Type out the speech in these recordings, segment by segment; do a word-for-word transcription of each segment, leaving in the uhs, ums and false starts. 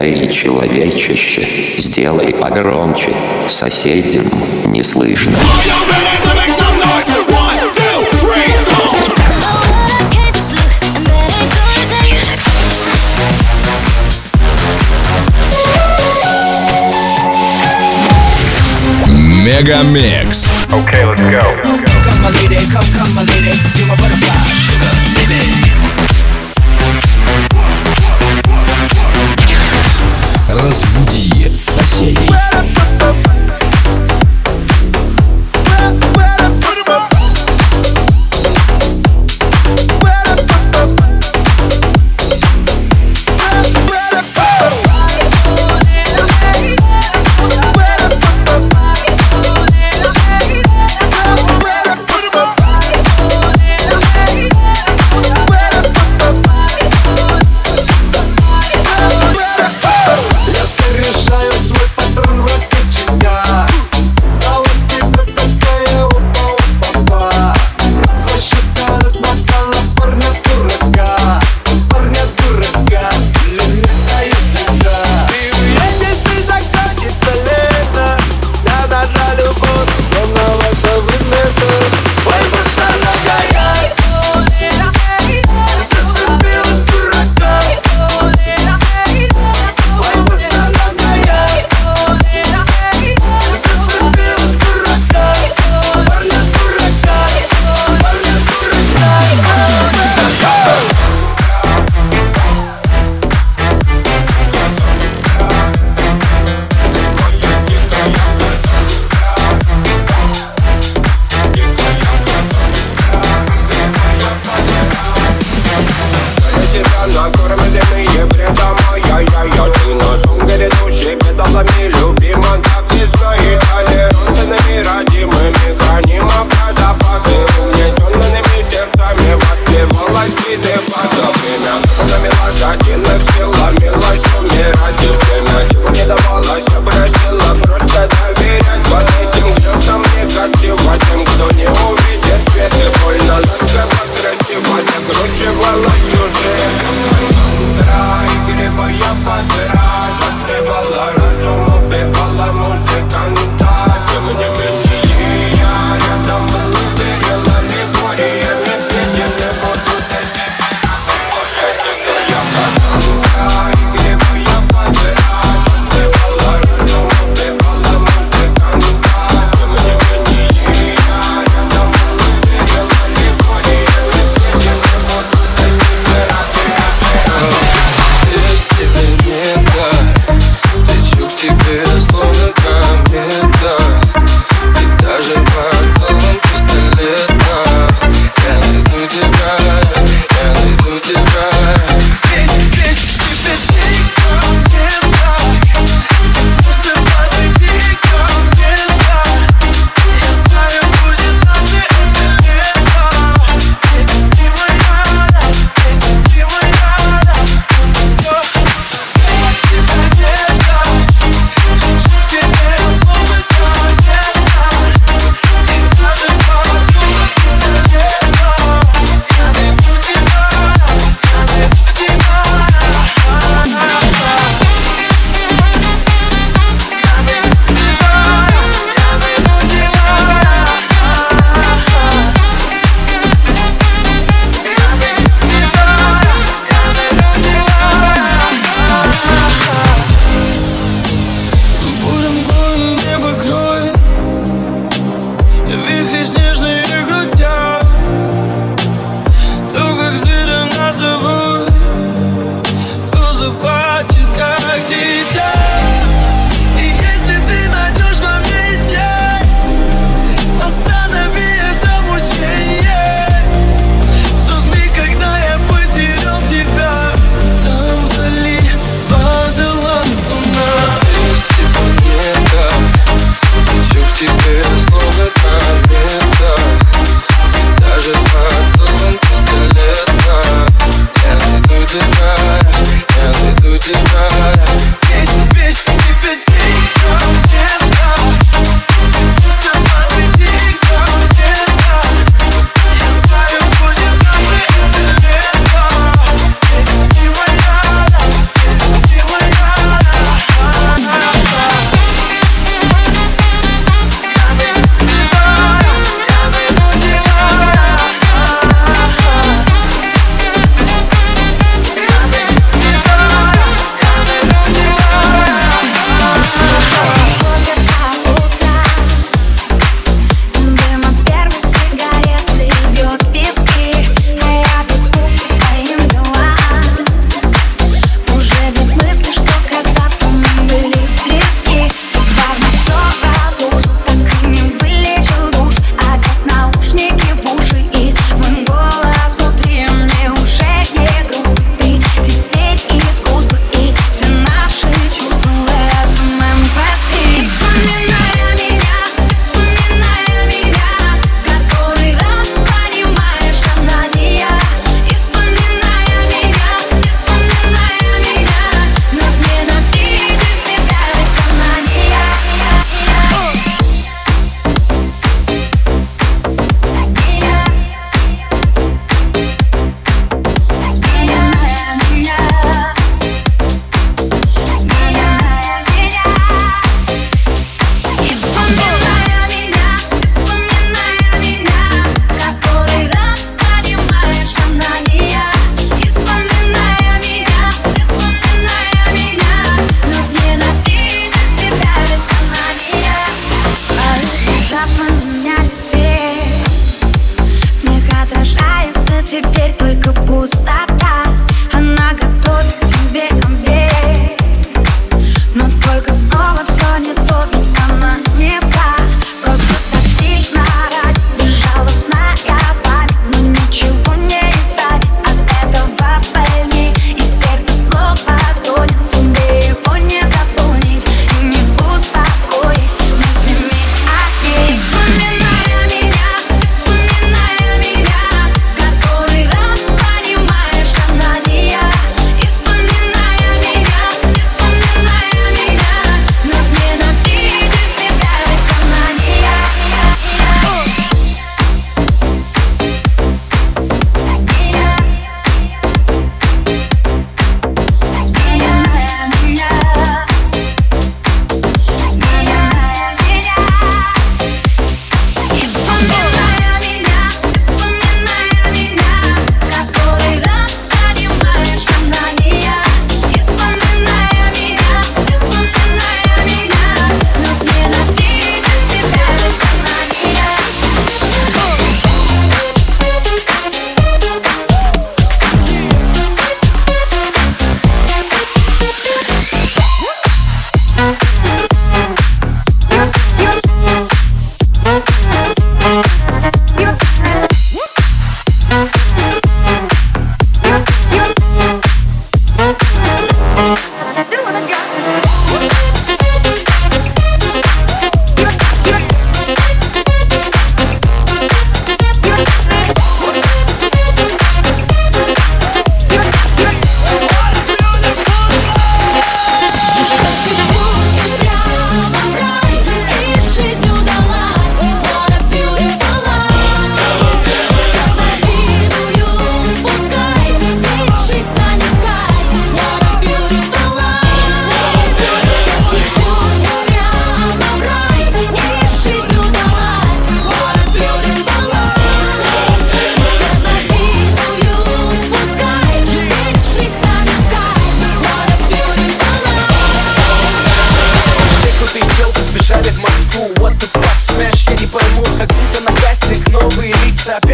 Эй, человечище, сделай погромче, соседям не слышно. Мегамикс. Okay, let's go. Come my lady, come, come my lady, you're my butterfly, sugar, baby. Разбуди соседей. Where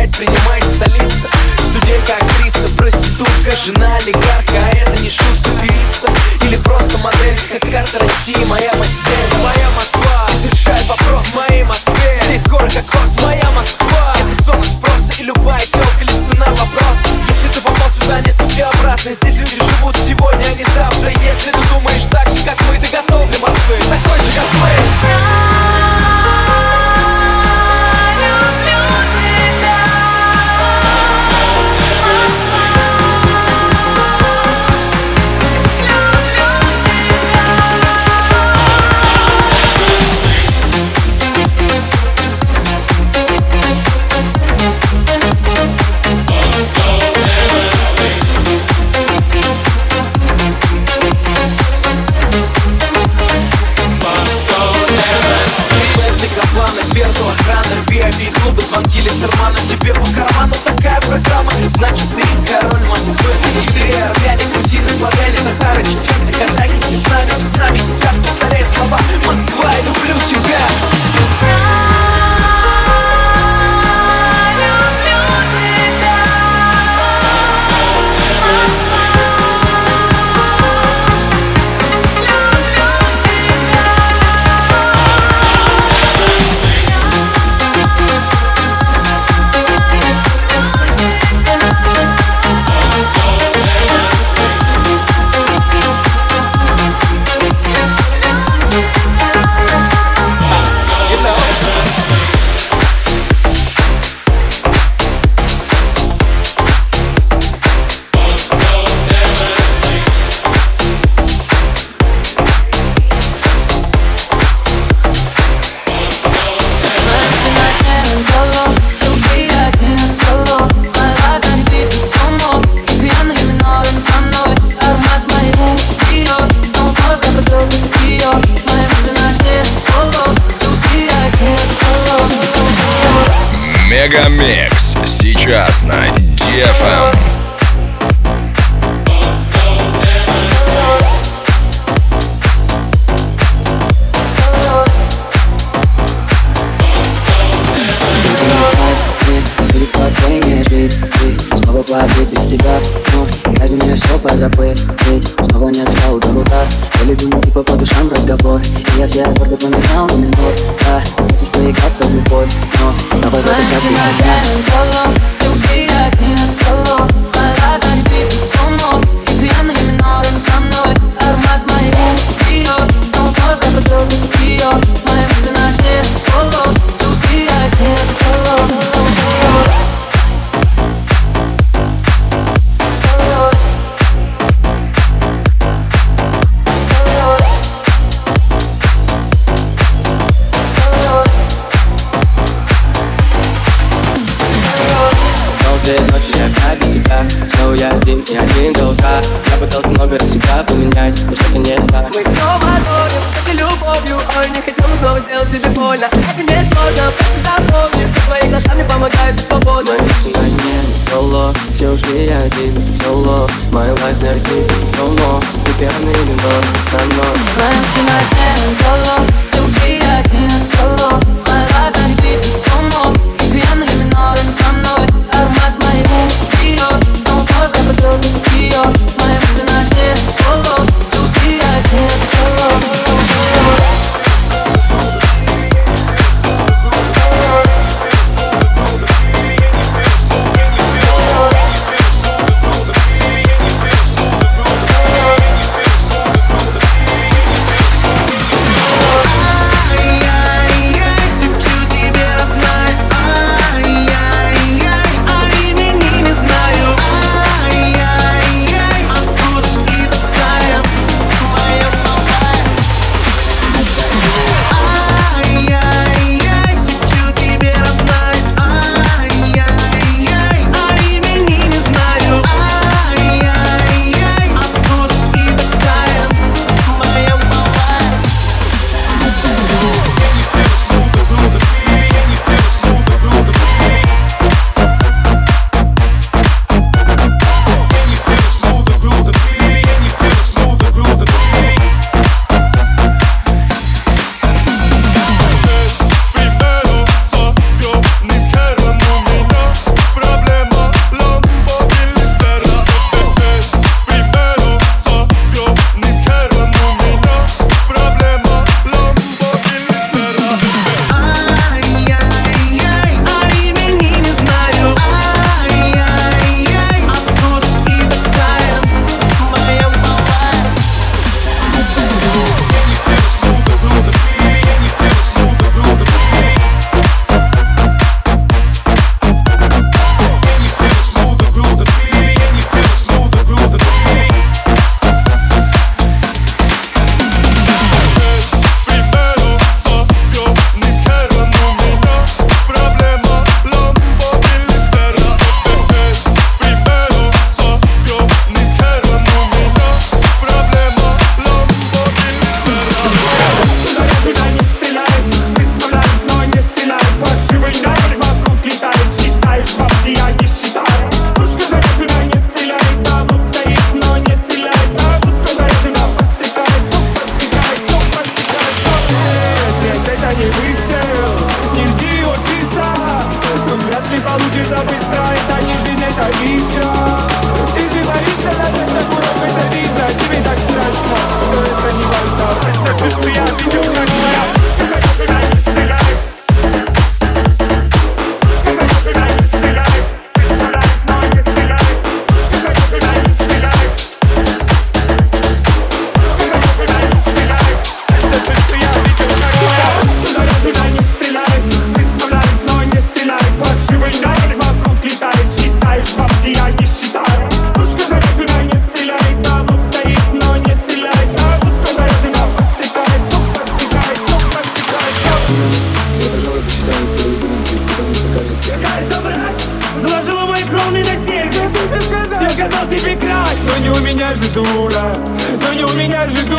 принимай столица. Студентка, актриса, проститутка, жена олигарха, а это не шутка, певица или просто модель, как карта России, моя постель. Моя Москва, здесь решает вопрос в моей Москве. Здесь горы как кос, моя Москва. Это зона спроса и любая тёлка лишь цена вопрос. Если ты попал сюда, нет пути обратно. Здесь люди живут сегодня, а не завтра. Если ты думаешь так же, как мы, ты готов для Москвы, такой же, как мы. ви ай пи-клубы, звонки Литермана. Тебе по карману такая программа, значит ты король Москвы. Игре, армяне, грузины, славяне, татары, чеченцы, казахи, все с нами, все с нами. Сейчас повторяй слова: Москва, я люблю тебя. Мегамикс сейчас на ди эф эм. Будет спокойнее жить, и снова платить без тебя. Но разве мне все позабыть? Ведь снова не спал до утра. Я люблю типа по душам разговор, и я все аккорды поменял на минут. Да, хочешь поиграться в любовь, но на вот этот час без тебя. Снова я один и один до утра. Я пытался много раз себя поменять, но что-то не так. Мы снова тонем с этой любовью. Ой, не хотел снова сделать тебе больно. Это не сложно, просто запомни, что твои глаза мне помогают быть свободным. Мои сегодня не соло, все ушли, я один, это соло. My life на ритме, это соло. Ты пьяный вино со мной. Моя спина не соло, все ушли, я один, это соло. My life на ритме, это соло. Ты пьяный вино со мной. Аромат моего ее, но вот я потрогаю ее. Моя спина не соло, все ушли, я один, это соло.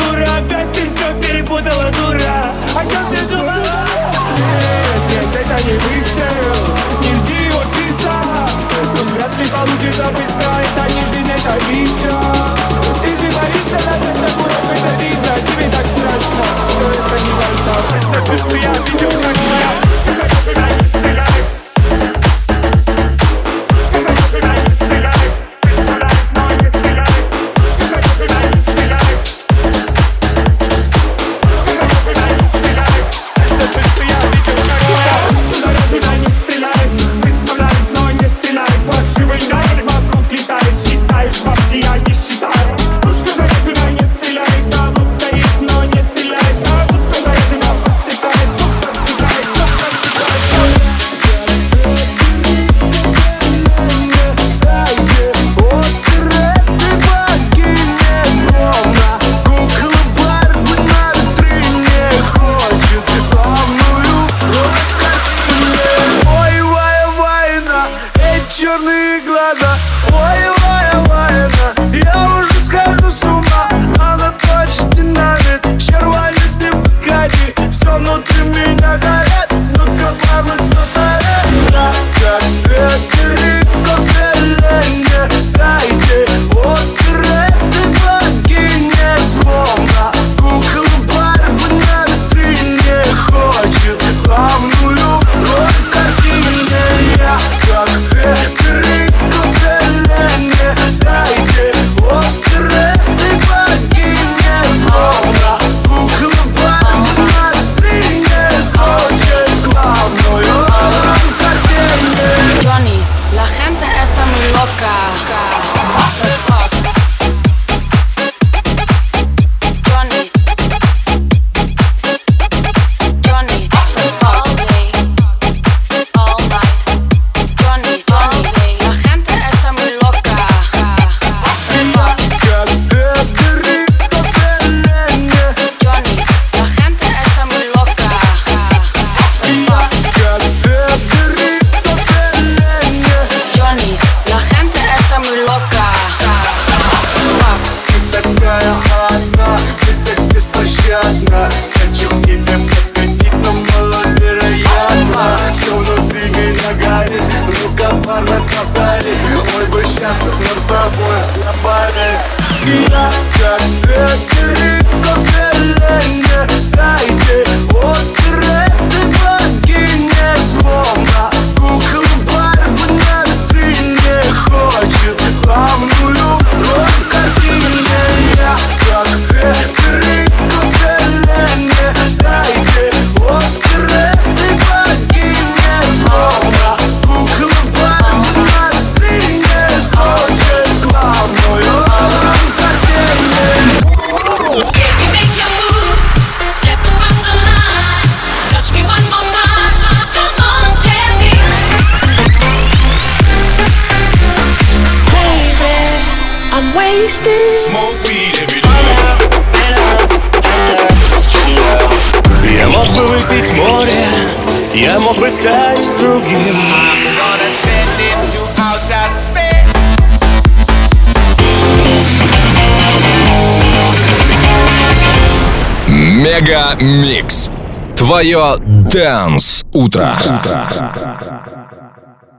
дура, опять ты все перепутала, дура. О чем ты думала? Нет, нет, это не выстрел. Не жди его киса. Тут вряд ли получится быстро. Это не день, это быстро. Ты ты боишься, даже так урок, это видно. Тебе так страшно, все это не важно. Это то, что я видел, как я. Я мог бы выпить море, я мог бы стать другим. Мега Микс. Твое Dance утро.